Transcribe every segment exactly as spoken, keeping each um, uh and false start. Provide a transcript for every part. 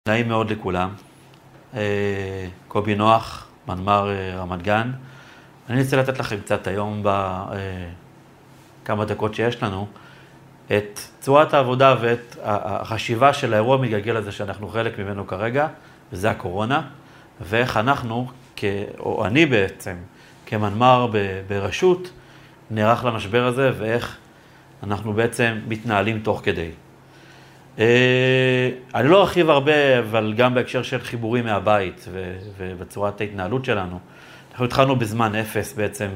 נעים מאוד לכולם. קובי נוח, מנמ"ר רמת גן. אני רוצה לתת לכם קצת היום בכמה דקות שיש לנו את צורת העבודה ואת החשיבה של האירוע המתגלגל הזה שאנחנו חלק ממנו כרגע, וזה הקורונה, ואיך אנחנו, או אני בעצם, כמנמ"ר ברשות, נערך למשבר הזה ואיך אנחנו בעצם מתנהלים תוך כדי. אני לא ארחיב הרבה, אבל גם בהקשר של חיבורים מהבית ובצורת ההתנהלות שלנו. אנחנו התחלנו בזמן אפס בעצם,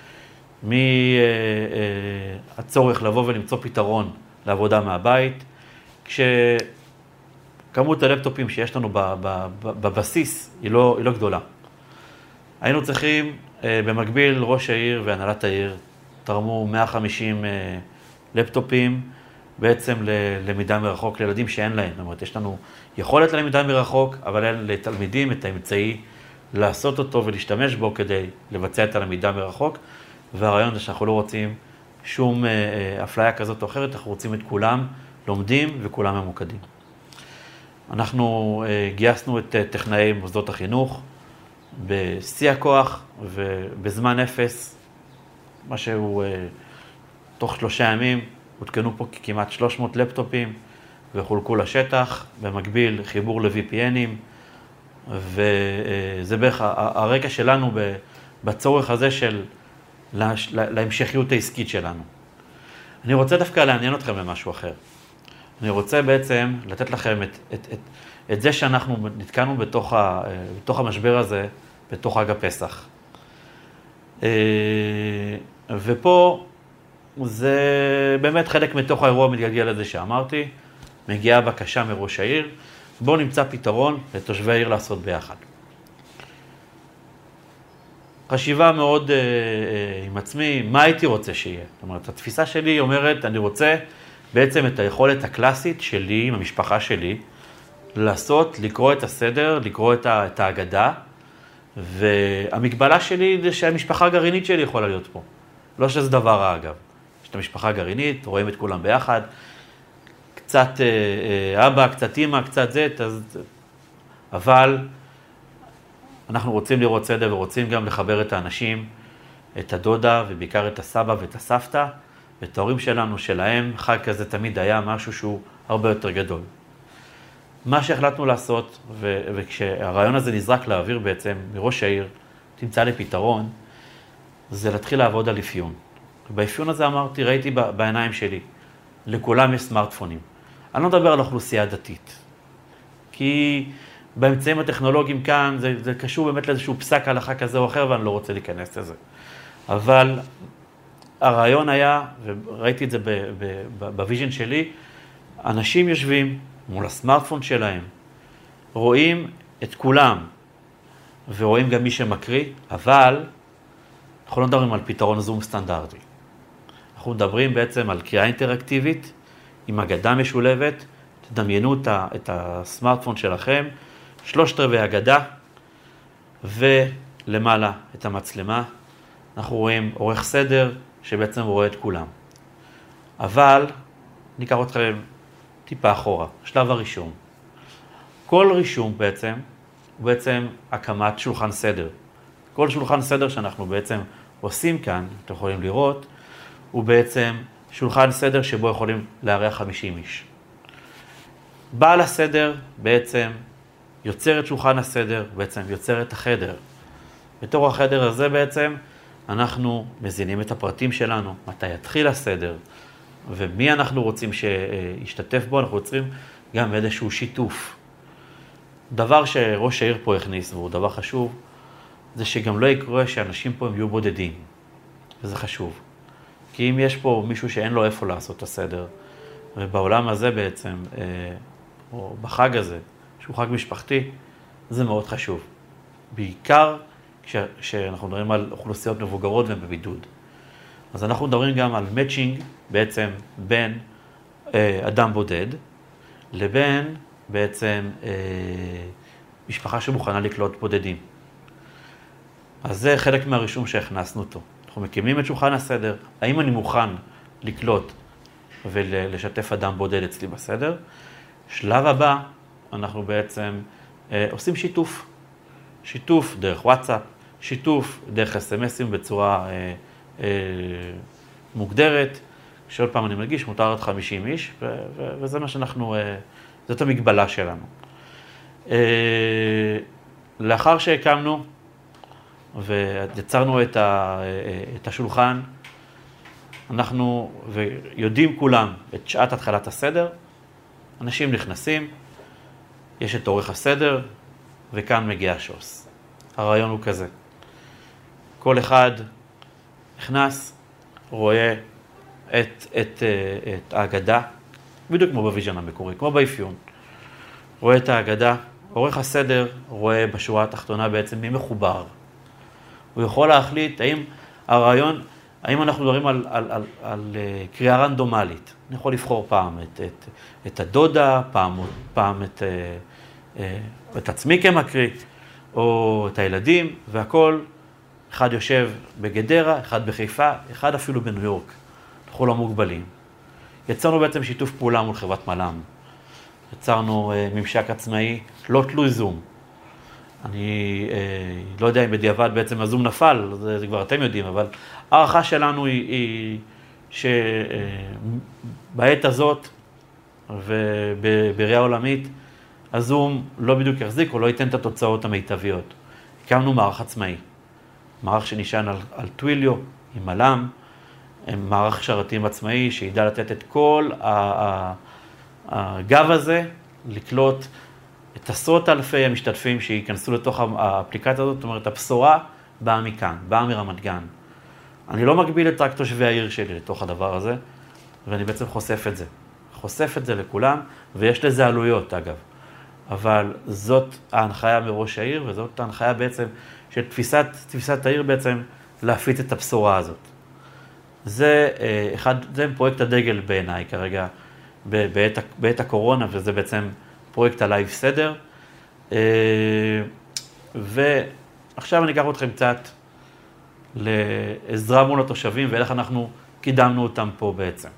מהצורך לבוא ולמצוא פתרון לעבודה מהבית, כשכמות הלפטופים שיש לנו בבסיס היא לא, היא לא גדולה. היינו צריכים, במקביל, ראש העיר והנהלת העיר תרמו מאה וחמישים לפטופים, בעצם ללמידה מרחוק לילדים שאין להם. זאת אומרת, יש לנו יכולת ללמידה מרחוק, אבל אין לתלמידים את האמצעי לעשות אותו ולהשתמש בו כדי לבצע את הלמידה מרחוק. והרעיון זה שאנחנו לא רוצים שום אפליה כזאת או אחרת, אנחנו רוצים את כולם לומדים וכולם ממוקדים. אנחנו גייסנו את טכנאי מוסדות החינוך בשיא הכוח ובזמן אפס, מה שהוא תוך שלושה ימים, הותקנו פה כמעט שלוש מאות לפטופים וחולקו לשטח, במקביל חיבור ל-וי פי אנים, וזה בערך הרקע שלנו בצורך הזה של להמשכיות העסקית שלנו. אני רוצה דווקא לעניין אתכם במשהו אחר. אני רוצה בעצם לתת לכם את, את, את, את זה שאנחנו נתקענו בתוך, ה, בתוך המשבר הזה, בתוך חג הפסח. ופה זה באמת חלק מתוך האירוע המתגלגל הזה שאמרתי, מגיעה בקשה מראש העיר, בואו נמצא פתרון לתושבי העיר לעשות ביחד. חשיבה מאוד אה, אה, עם עצמי, מה הייתי רוצה שיהיה? זאת אומרת, התפיסה שלי אומרת, אני רוצה בעצם את היכולת הקלאסית שלי, עם המשפחה שלי, לעשות, לקרוא את הסדר, לקרוא את, ה, את ההגדה, והמגבלה שלי זה שהמשפחה הגרעינית שלי יכולה להיות פה. לא שזה דבר רע אגב. יש את המשפחה הגרעינית, רואים את כולם ביחד, קצת אה, אבא, קצת אמא, קצת זה, אז... אבל אנחנו רוצים לראות סדר ורוצים גם לחבר את האנשים, את הדודה ובעיקר את הסבא ואת הסבתא, ואת ההורים שלנו, שלהם, חג כזה תמיד היה משהו שהוא הרבה יותר גדול. מה שהחלטנו לעשות, ו- וכשהרעיון הזה נזרק לאוויר בעצם מראש העיר, תמצא לי פתרון, זה להתחיל לעבוד על אפיון. באפיון הזה אמרתי, ראיתי בעיניים שלי, לכולם יש סמארטפונים. אני לא מדבר על אוכלוסייה דתית, כי באמצעים הטכנולוגיים כאן זה, זה קשור באמת לאיזשהו פסק הלכה כזה או אחר, ואני לא רוצה להיכנס לזה. אבל הרעיון היה, וראיתי את זה בוויז'ן שלי, אנשים יושבים מול הסמארטפון שלהם, רואים את כולם, ורואים גם מי שמקריא, אבל אנחנו לא מדברים על פתרון זום סטנדרטי. אנחנו מדברים בעצם על קריאה אינטראקטיבית, עם הגדה משולבת, תדמיינו את הסמארטפון שלכם, שלושת רבעי הגדה, ולמעלה את המצלמה. אנחנו רואים עורך סדר שבעצם רואה את כולם. אבל ניקח אתכם טיפה אחורה, שלב הרישום. כל רישום בעצם, הוא בעצם הקמת שולחן סדר. כל שולחן סדר שאנחנו בעצם עושים כאן, אתם יכולים לראות, הוא בעצם שולחן סדר שבו יכולים לארח חמישים איש. בעל הסדר בעצם יוצר את שולחן הסדר, בעצם יוצר את החדר. בתור החדר הזה בעצם אנחנו מזינים את הפרטים שלנו, מתי יתחיל הסדר, ומי אנחנו רוצים שישתתף בו, אנחנו יוצרים גם איזשהו שיתוף. דבר שראש העיר פה הכניס, והוא דבר חשוב, זה שגם לא יקרה שאנשים פה הם יהיו בודדים, וזה חשוב. כי אם יש פה מישהו שאין לו איפה לעשות את הסדר, ובעולם הזה בעצם, או בחג הזה, שהוא חג משפחתי, זה מאוד חשוב. בעיקר כשאנחנו מדברים על אוכלוסיות מבוגרות ובבידוד. אז אנחנו מדברים גם על מאצ'ינג בעצם בין אדם בודד, לבין בעצם משפחה שמוכנה לקלוט בודדים. אז זה חלק מהרישום שהכנסנו אותו. אנחנו מקימים את שולחן הסדר, האם אני מוכן לקלוט ולשתף אדם בודד אצלי בסדר? שלב הבא, אנחנו בעצם אה, עושים שיתוף. שיתוף דרך וואטסאפ, שיתוף דרך אס אם אסים בצורה אה, אה, מוגדרת. שעוד פעם אני מרגיש, מותר עד חמישים איש, ו- ו- וזה מה שאנחנו, אה, זאת המגבלה שלנו. אה, לאחר שהקמנו ויצרנו את, ה- את השולחן, אנחנו ויודעים כולם את שעת התחלת הסדר, אנשים נכנסים, יש את עורך הסדר, וכאן מגיע השוס. הרעיון הוא כזה. כל אחד נכנס, רואה את, את, את ההגדה, בדיוק כמו בוויז'ן המקורי, כמו באפיון. רואה את ההגדה, עורך הסדר רואה בשורה התחתונה בעצם מי מחובר. הוא יכול להחליט האם הרעיון, האם אנחנו מדברים על, על, על, על קריאה רנדומלית. אני יכול לבחור פעם את, את, את הדודה, פעם, פעם את, את עצמי כמקריא, או את הילדים, והכל, אחד יושב בגדרה, אחד בחיפה, אחד אפילו בניו יורק. אנחנו לא מוגבלים. יצרנו בעצם שיתוף פעולה מול חברת מלאם. יצרנו אה, ממשק עצמאי, לא תלוי זום. אני אה, לא יודע אם בדיעבד בעצם הזום נפל, זה, זה כבר אתם יודעים, אבל הערכה שלנו היא, היא שבעת אה, הזאת ובראייה עולמית, הזום לא בדיוק יחזיק או לא ייתן את התוצאות המיטביות. הקמנו מערך עצמאי, מערך שנשען על, על טוויליו עם מלאם, מערך שרתים עצמאי שידע לתת את כל הגב הזה, לקלוט את עשרות אלפי המשתתפים שיכנסו לתוך האפליקציה הזאת. זאת אומרת, הבשורה באה מכאן, באה מרמת גן. אני לא מגביל את רק תושבי העיר שלי לתוך הדבר הזה, ואני בעצם חושף את זה. חושף את זה לכולם, ויש לזה עלויות אגב. אבל זאת ההנחיה מראש העיר, וזאת ההנחיה בעצם של תפיסת, תפיסת העיר בעצם להפיץ את הבשורה הזאת. זה אחד, זה פרויקט הדגל בעיניי כרגע בעת, בעת הקורונה, וזה בעצם פרויקט הלייב סדר. ועכשיו אני אקח אתכם קצת לעזרה מול התושבים, ואיך אנחנו קידמנו אותם פה בעצם.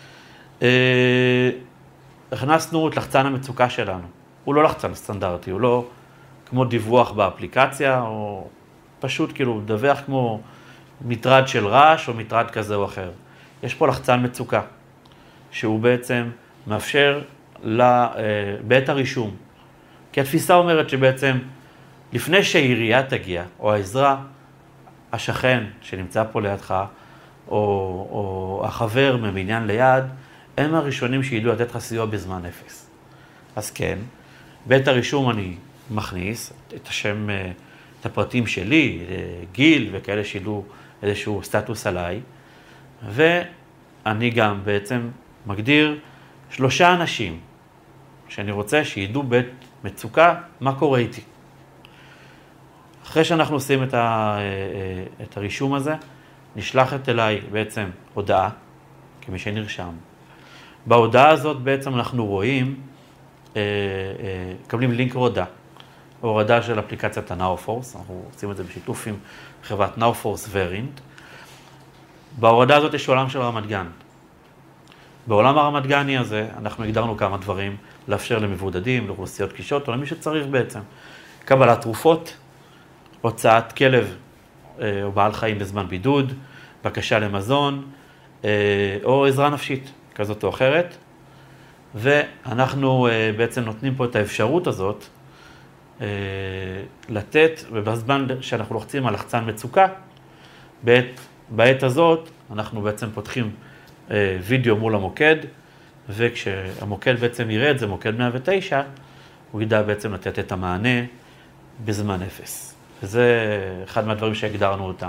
הכנסנו את לחצן המצוקה שלנו. הוא לא לחצן סטנדרטי, הוא לא כמו דיווח באפליקציה, או פשוט כאילו דווח כמו מטרד של רעש או מטרד כזה או אחר. יש פה לחצן מצוקה, שהוא בעצם מאפשר בעת הרישום. כי התפיסה אומרת שבעצם לפני שהעירייה תגיע, או העזרה, השכן שנמצא פה לידך, או, או החבר מבניין ליד, הם הראשונים שידעו לתת לך סיוע בזמן אפס. אז כן, בעת הרישום אני מכניס את השם, את הפרטים שלי, גיל וכאלה שידעו איזשהו סטטוס עליי, ואני גם בעצם מגדיר שלושה אנשים שאני רוצה שידעו בעת מצוקה מה קורה איתי. אחרי שאנחנו עושים את, ה, את הרישום הזה, נשלחת אליי בעצם הודעה, כמי שנרשם. בהודעה הזאת בעצם אנחנו רואים, מקבלים לינק הורדה, הורדה של אפליקציית ה-NowForce, אנחנו עושים את זה בשיתוף עם חברת NowForce ורינט. בהורדה הזאת יש עולם של רמת גן. בעולם הרמת גני הזה אנחנו הגדרנו כמה דברים, לאפשר למבודדים, לאוכלוסיות קשות, או למי שצריך בעצם. קבלת תרופות, הוצאת כלב או בעל חיים בזמן בידוד, בקשה למזון, או עזרה נפשית כזאת או אחרת. ואנחנו בעצם נותנים פה את האפשרות הזאת, לתת, ובזמן שאנחנו לוחצים על לחצן מצוקה, בעת, בעת הזאת אנחנו בעצם פותחים וידאו מול המוקד, וכשהמוקד בעצם יראה את זה, מוקד מאה ותשע, הוא ידע בעצם לתת את המענה בזמן אפס. וזה אחד מהדברים שהגדרנו אותם.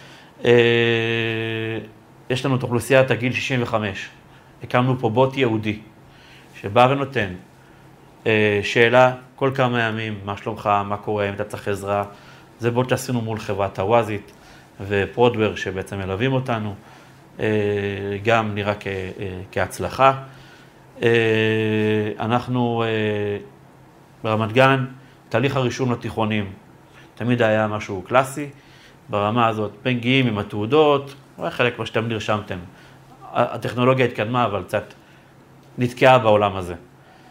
יש לנו את אוכלוסיית הגיל שישים וחמש. הקמנו פה בוט יהודי, שבא ונותן שאלה כל כמה ימים, מה שלומך, מה קורה, אם אתה צריך עזרה. זה בוט שעשינו מול חברת הוואזית ופרודוור שבעצם מלווים אותנו. גם נראה כ, כהצלחה. אנחנו ברמת גן, תהליך הרישום לתיכונים, תמיד היה משהו קלאסי, ברמה הזאת, מגיעים עם התעודות, או חלק מה שאתם נרשמתם. הטכנולוגיה התקדמה, אבל קצת נתקעה בעולם הזה.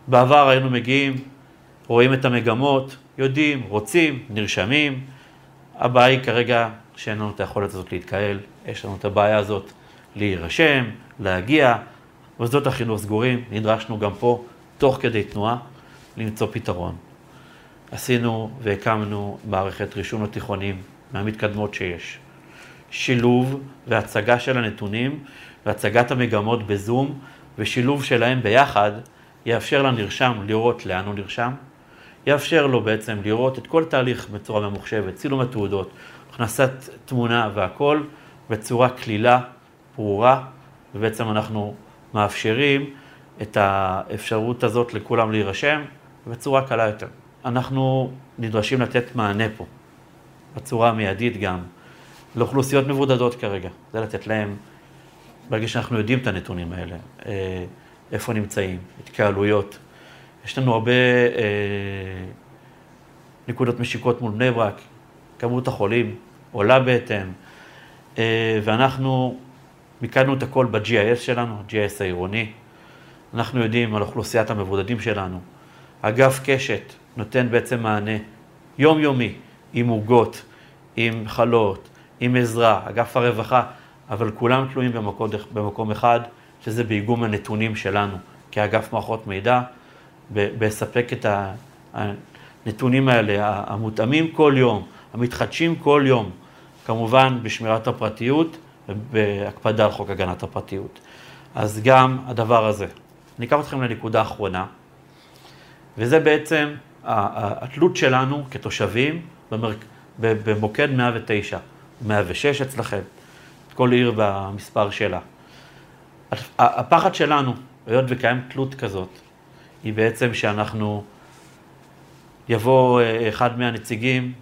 בעבר היינו מגיעים, רואים את המגמות, יודעים, רוצים, נרשמים. הבעיה היא כרגע שאין לנו את היכולת הזאת להתקהל, יש לנו את הבעיה הזאת להירשם, להגיע. מוסדות החינוך סגורים, נדרשנו גם פה, תוך כדי תנועה, למצוא פתרון. עשינו והקמנו מערכת רישום לתיכונים מהמתקדמות שיש. שילוב והצגה של הנתונים והצגת המגמות בזום ושילוב שלהם ביחד יאפשר לנרשם לראות לאן הוא נרשם, יאפשר לו בעצם לראות את כל תהליך בצורה ממוחשבת, צילום התעודות, הכנסת תמונה והכל בצורה כלילה, ברורה, ובעצם אנחנו מאפשרים את האפשרות הזאת לכולם להירשם בצורה קלה יותר. אנחנו נדרשים לתת מענה פה, בצורה המיידית גם, לאוכלוסיות מבודדות כרגע. זה לתת להם, ברגע שאנחנו יודעים את הנתונים האלה, איפה נמצאים, התקהלויות. יש לנו הרבה אה, נקודות משיקות מול בני ברק, כמות החולים עולה בהתאם, אה, ואנחנו מיקדנו את הכל ב-ג'י איי אס שלנו, ג'י איי אס העירוני. אנחנו יודעים על אוכלוסיית המבודדים שלנו. אגף קשת נותן בעצם מענה יומיומי, עם עוגות, עם חלות, עם עזרה, אגף הרווחה, אבל כולם תלויים במקום, במקום אחד, שזה באיגום הנתונים שלנו, כאגף מערכות מידע, בספק את הנתונים האלה, המותאמים כל יום, המתחדשים כל יום, כמובן בשמירת הפרטיות ובהקפדה על חוק הגנת הפרטיות. אז גם הדבר הזה. אני אקח אתכם לנקודה האחרונה, וזה בעצם התלות שלנו כתושבים במוקד מאה ותשע, מאה ושש אצלכם, את כל עיר במספר שלה. הפחד שלנו, היות וקיים תלות כזאת, היא בעצם שאנחנו יבוא אחד מהנציגים,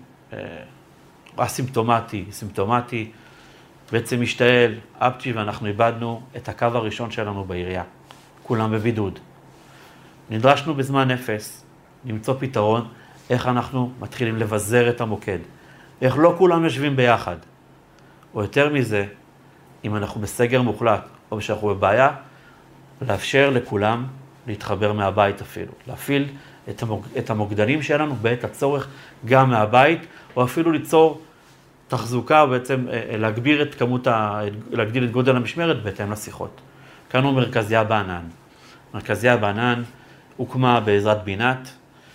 אסימפטומטי, סימפטומטי, בעצם משתעל, אפצ'י, ואנחנו איבדנו את הקו הראשון שלנו בעירייה. כולם בבידוד. נדרשנו בזמן אפס למצוא פתרון איך אנחנו מתחילים לבזר את המוקד. איך לא כולם יושבים ביחד. או יותר מזה, אם אנחנו בסגר מוחלט, או שאנחנו בבעיה, לאפשר לכולם להתחבר מהבית אפילו. להפעיל את, המוג... את המוקדנים שלנו בעת הצורך גם מהבית, או אפילו ליצור תחזוקה, או בעצם להגביר את כמות, ה... להגדיל את גודל המשמרת בהתאם לשיחות. כאן הוא מרכזייה בענן. מרכזייה בענן הוקמה בעזרת בינת,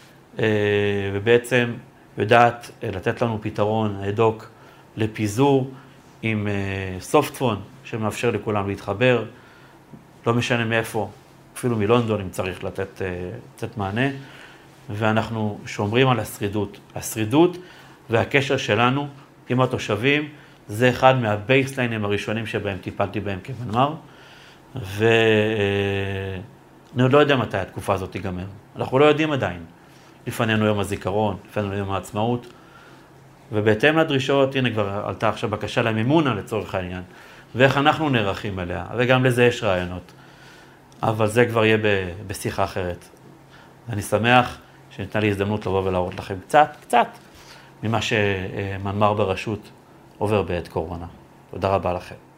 ובעצם יודעת לתת לנו פתרון הדוק לפיזור עם סופטפון שמאפשר לכולם להתחבר, לא משנה מאיפה, אפילו מלונדון אם צריך לתת, לתת מענה, ואנחנו שומרים על השרידות. השרידות והקשר שלנו עם התושבים זה אחד מהבייסליינים הראשונים שבהם טיפלתי בהם כמנמ"ר, ואני עוד לא יודע מתי התקופה הזאת תיגמר. אנחנו לא יודעים עדיין. לפנינו יום הזיכרון, לפנינו יום העצמאות, ובהתאם לדרישות, הנה כבר עלתה עכשיו בקשה למימונה לצורך העניין, ואיך אנחנו נערכים אליה, וגם לזה יש רעיונות. אבל זה כבר יהיה בשיחה אחרת. אני שמח שניתנה לי הזדמנות לבוא ולהראות לכם קצת, קצת, ממה שמנמ"ר ברשות עובר בעת קורונה. תודה רבה לכם.